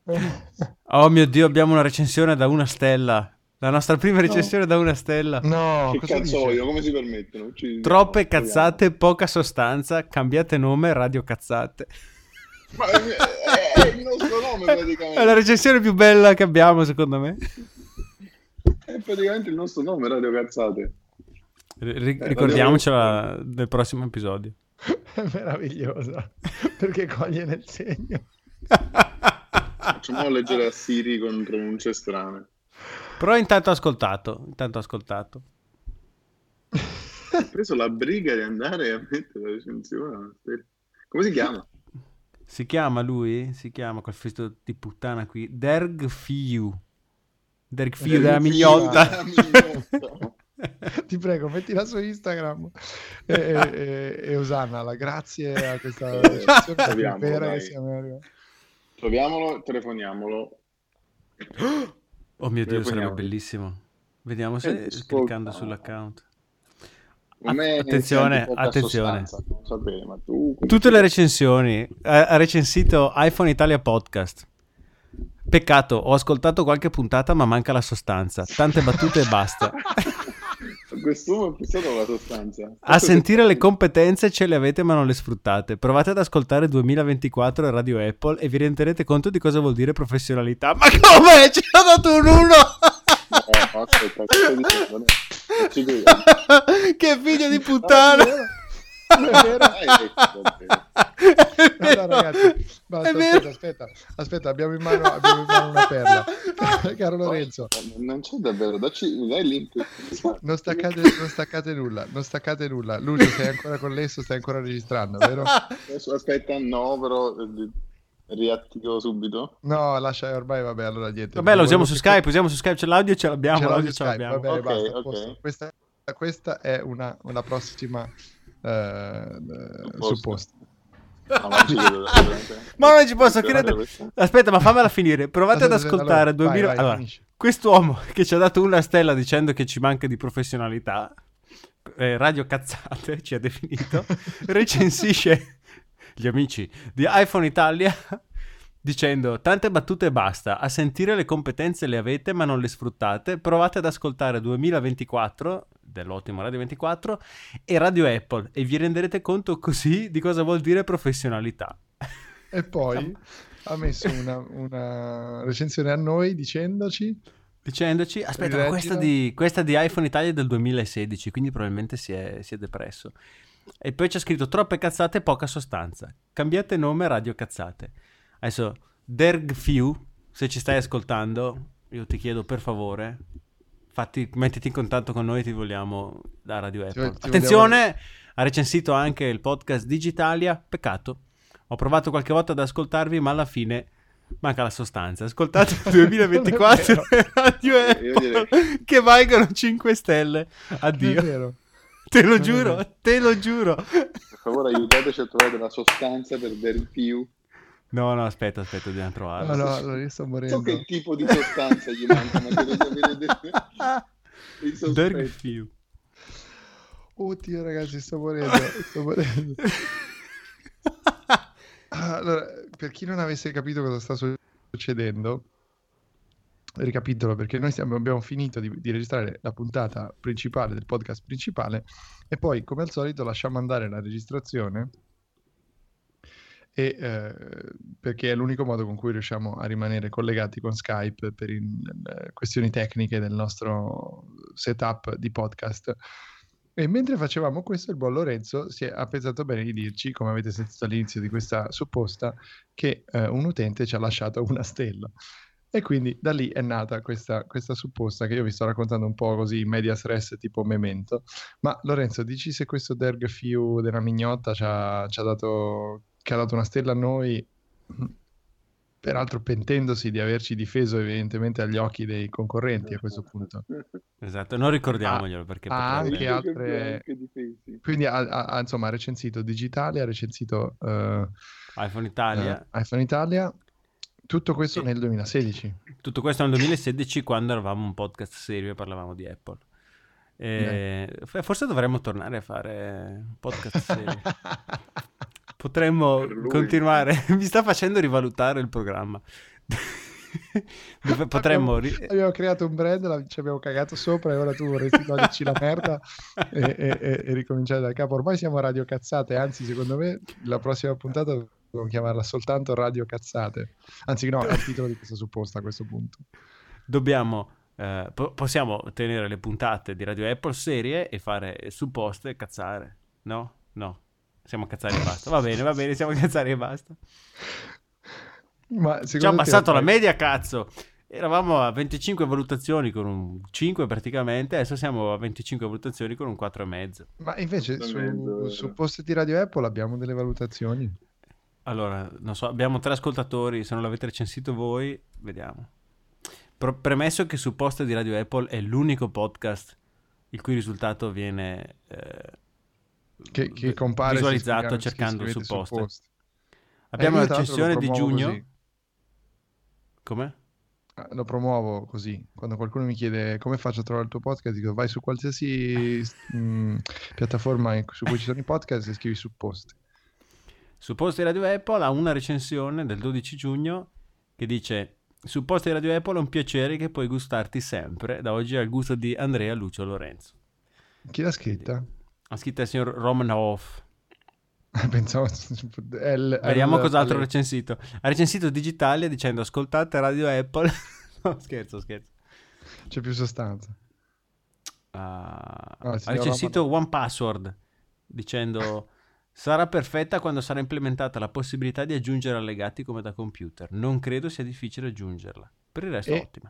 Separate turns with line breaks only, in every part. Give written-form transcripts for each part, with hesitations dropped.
Oh mio Dio, abbiamo una recensione da 1 stella. La nostra prima recensione da 1 stella.
No,
Che
cosa
cazzo
dice?
vogliono? Come si permettono?
Troppe cazzate, poca sostanza. Cambiate nome, Radio Cazzate.
Ma è il nostro nome praticamente.
È la recensione più bella che abbiamo, secondo me.
È praticamente il nostro nome, Radio Cazzate.
Ricordiamocela nel prossimo episodio.
È meravigliosa, perché coglie nel segno.
Facciamo leggere a Siri con pronunce strane.
Però intanto ho ascoltato.
Ha preso la briga di andare a mettere la recensione. Come si chiama?
Si chiama quel figlio di puttana qui, Derg Fiu della mignotta.
Ti prego, mettila su Instagram e Osanna, grazie a questa recensione vera che siamo arrivati.
Troviamolo, telefoniamolo.
Oh mio Dio, sarebbe bellissimo. Vediamo se cliccando sull'account. Attenzione. Tutte le recensioni. Ha recensito iPhone Italia Podcast. Peccato, ho ascoltato qualche puntata ma manca la sostanza. Tante battute e basta.
Quest'uomo è fissato con la sostanza.
A sentire le competenze ce le avete ma non le sfruttate. Provate ad ascoltare 2024 e Radio Apple e vi renderete conto di cosa vuol dire professionalità. Ma come? Ci ho dato un 1!
Aspetta,
che figlio di puttana!
Allora, ragazzi, basta, aspetta, abbiamo in mano una perla. Caro Lorenzo,
non c'è davvero, dai il link.
Non staccate nulla. Lucio, sei ancora connesso, stai ancora registrando, vero?
Aspetta, no, però riattivo subito.
No, lascia, ormai vabbè, allora niente.
Vabbè, lo usiamo su Skype, c'è l'audio, ce l'abbiamo.
Va bene, basta.
Okay.
Questa è una prossima supposta.
Ma non ci posso credere. Aspetta, ma fammela finire. Provate ad ascoltare
allora,
2000.
vai,
allora, quest'uomo che ci ha dato 1 stella dicendo che ci manca di professionalità, Radio Cazzate ci ha definito, recensisce gli amici di iPhone Italia dicendo tante battute e basta, a sentire le competenze le avete ma non le sfruttate, provate ad ascoltare 2024 dell'ottimo Radio 24 e Radio Apple e vi renderete conto così di cosa vuol dire professionalità.
E poi ha messo una recensione a noi dicendoci
aspetta, ma questa di iPhone Italia è del 2016, quindi probabilmente si è depresso. E poi c'è scritto troppe cazzate e poca sostanza, cambiate nome Radio Cazzate. Adesso Derg Fiu, se ci stai ascoltando, io ti chiedo per favore, mettiti in contatto con noi, ti vogliamo da Radio Apple. Attenzione, ha recensito anche il podcast Digitalia, peccato. Ho provato qualche volta ad ascoltarvi, ma alla fine manca la sostanza. Ascoltate il 2024 Radio Apple, che valgono 5 stelle. Addio. Te lo giuro.
Per favore aiutateci a trovare la sostanza per Derg Fiu.
No, aspetta, dobbiamo trovarlo.
No, io sto morendo.
So che tipo di sostanza gli manca, ma devo sapere
Derg Fiu.
Oddio, ragazzi, sto morendo. Allora, per chi non avesse capito cosa sta succedendo, ricapitolo, perché noi abbiamo finito di registrare la puntata principale del podcast principale e poi, come al solito, lasciamo andare la registrazione perché è l'unico modo con cui riusciamo a rimanere collegati con Skype per questioni tecniche del nostro setup di podcast. E mentre facevamo questo, il buon Lorenzo ha pensato bene di dirci, come avete sentito all'inizio di questa supposta, che un utente ci ha lasciato 1 stella. E quindi da lì è nata questa supposta che io vi sto raccontando un po' così in medias res tipo Memento. Ma Lorenzo, dici se questo Derg Fiu della mignotta ci ha dato 1 stella a noi, peraltro pentendosi di averci difeso evidentemente agli occhi dei concorrenti a questo punto.
Esatto, non ricordiamoglielo perché
anche altre. Quindi insomma ha recensito Digitale, ha recensito
iPhone Italia.
Tutto questo nel 2016.
Tutto questo nel 2016, quando eravamo un podcast serio e parlavamo di Apple. Forse dovremmo tornare a fare un podcast serio. Potremmo continuare. Mi sta facendo rivalutare il programma. Dove potremmo...
Abbiamo creato un brand, ci abbiamo cagato sopra e ora tu vorresti toglierci la merda e ricominciare da capo. Ormai siamo Radio Cazzate, anzi secondo me la prossima puntata dobbiamo chiamarla soltanto Radio Cazzate. Anzi no, è il titolo di questa supposta a questo punto.
Dobbiamo... possiamo tenere le puntate di Radio Apple serie e fare supposte e cazzare. No? Siamo cazzare e basta. Va bene, siamo cazzare e basta.
Ma
ci ha abbassato la media, cazzo. Eravamo a 25 valutazioni con un 5 praticamente, adesso siamo a 25 valutazioni con un 4,5.
Ma invece su post di Radio Apple abbiamo delle valutazioni?
Allora, non so, abbiamo 3 ascoltatori, se non l'avete recensito voi, vediamo. Premesso che su post di Radio Apple è l'unico podcast il cui risultato viene
che compare
visualizzato cercando su post. Abbiamo la recensione di giugno.
Così.
Come?
Lo promuovo così. Quando qualcuno mi chiede come faccio a trovare il tuo podcast, dico vai su qualsiasi piattaforma su cui ci sono i podcast e scrivi su post.
Su post di Radio Apple ha una recensione del 12 giugno che dice: su post di Radio Apple è un piacere che puoi gustarti sempre, da oggi al gusto di Andrea Lucio Lorenzo.
Chi l'ha scritta?
Ha scritto il signor Romanhoff.
Pensavo
vediamo cos'altro ha recensito. Ha recensito Digitalia dicendo ascoltate Radio Apple. No, scherzo.
C'è più sostanza.
Ha recensito One Password dicendo sarà perfetta quando sarà implementata la possibilità di aggiungere allegati come da computer. Non credo sia difficile aggiungerla. Per il resto ottima.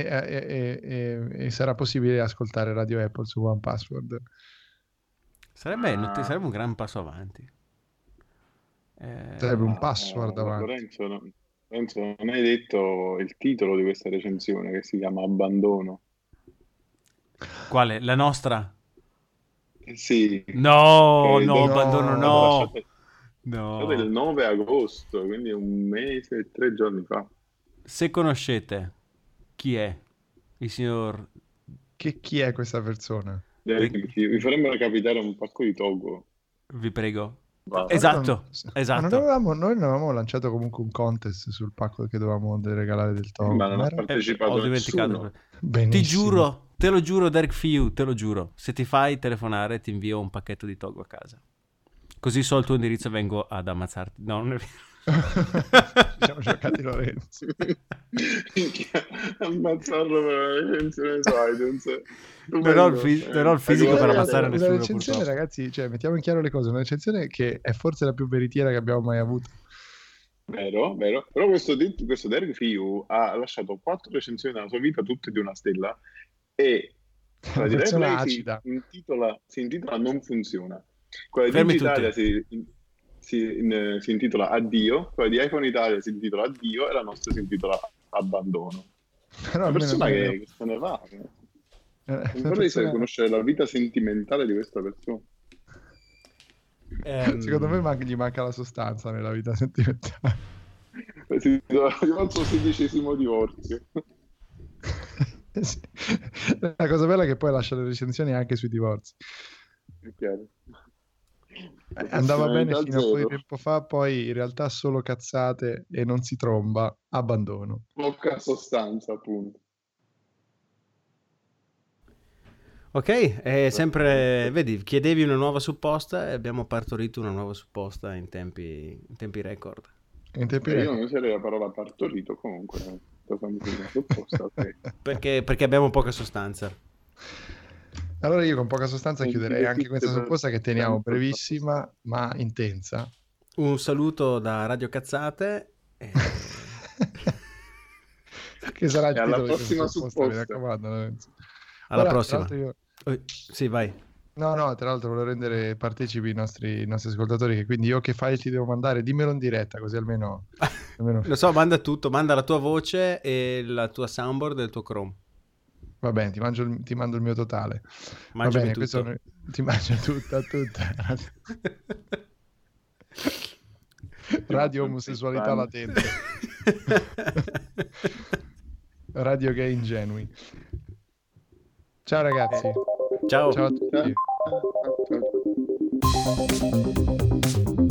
E sarà possibile ascoltare Radio Apple su One Password.
Sarebbe un gran passo avanti.
Sarebbe un password avanti.
Lorenzo, non hai detto il titolo di questa recensione che si chiama Abbandono.
Quale? La nostra?
Sì.
No, Abbandono no.
No. Del 9 agosto, quindi un mese e 3 giorni fa.
Se conoscete chi è il signor...
Chi è questa persona?
Vi faremmo capitare un pacco di Togo.
Vi prego.
Wow.
Esatto.
Noi non avevamo lanciato comunque un contest sul pacco che dovevamo regalare del Togo.
Ma non ha partecipato
ho dimenticato.
Benissimo.
Ti giuro, te lo giuro Derek Fiu, te lo giuro. Se ti fai telefonare ti invio un pacchetto di Togo a casa. Così so il tuo indirizzo e vengo ad ammazzarti. No, non è vero.
Ci siamo cercati Lorenzo.
Ammazzarlo per la recensione su iTunes.
Non ho il fisico per ammazzare nessuno.
Una recensione, purtroppo. Ragazzi, cioè, mettiamo in chiaro le cose. Una recensione che è forse la più veritiera che abbiamo mai avuto.
Vero. Però questo Derek Fiu ha lasciato 4 recensioni nella sua vita, tutte di 1 stella, e
acida.
Si intitola Non funziona. Quella di Digitalia si intitola Addio, quella di iPhone Italia si intitola Addio e la nostra si intitola Abbandono.
Però
una persona che se ne va. Non vorrei conoscere la vita sentimentale di questa persona.
Secondo me gli manca la sostanza nella vita sentimentale.
Sì, al suo 16° divorzio.
Sì. La cosa bella è che poi lascia le recensioni anche sui divorzi.
È chiaro.
Andava bene fino a poco tempo fa, poi in realtà solo cazzate e non si tromba, abbandono.
Poca sostanza, appunto.
Ok, sempre, vedi, chiedevi una nuova supposta e abbiamo partorito una nuova supposta in tempi record.
Io non userei la parola partorito, comunque una supposta, okay.
perché abbiamo poca sostanza.
Allora io con poca sostanza chiuderei anche questa supposta che teniamo brevissima ma intensa.
Un saluto da Radio Cazzate
che sarà il titolo
alla prossima supposta.
Mi raccomando, Lorenzo.
Alla prossima. Sì, vai.
No, tra l'altro volevo rendere partecipi i nostri ascoltatori, che quindi io che file ti devo mandare, dimmelo in diretta così almeno...
Lo so, manda tutto, manda la tua voce e la tua soundboard del tuo Chrome.
Va bene, ti mando il mio totale.
Mangiami
va bene,
tutto.
Ti mangio tutta. Radio omosessualità latente. Radio gay ingenui. Ciao ragazzi.
Ciao.
Ciao a tutti.
Ciao.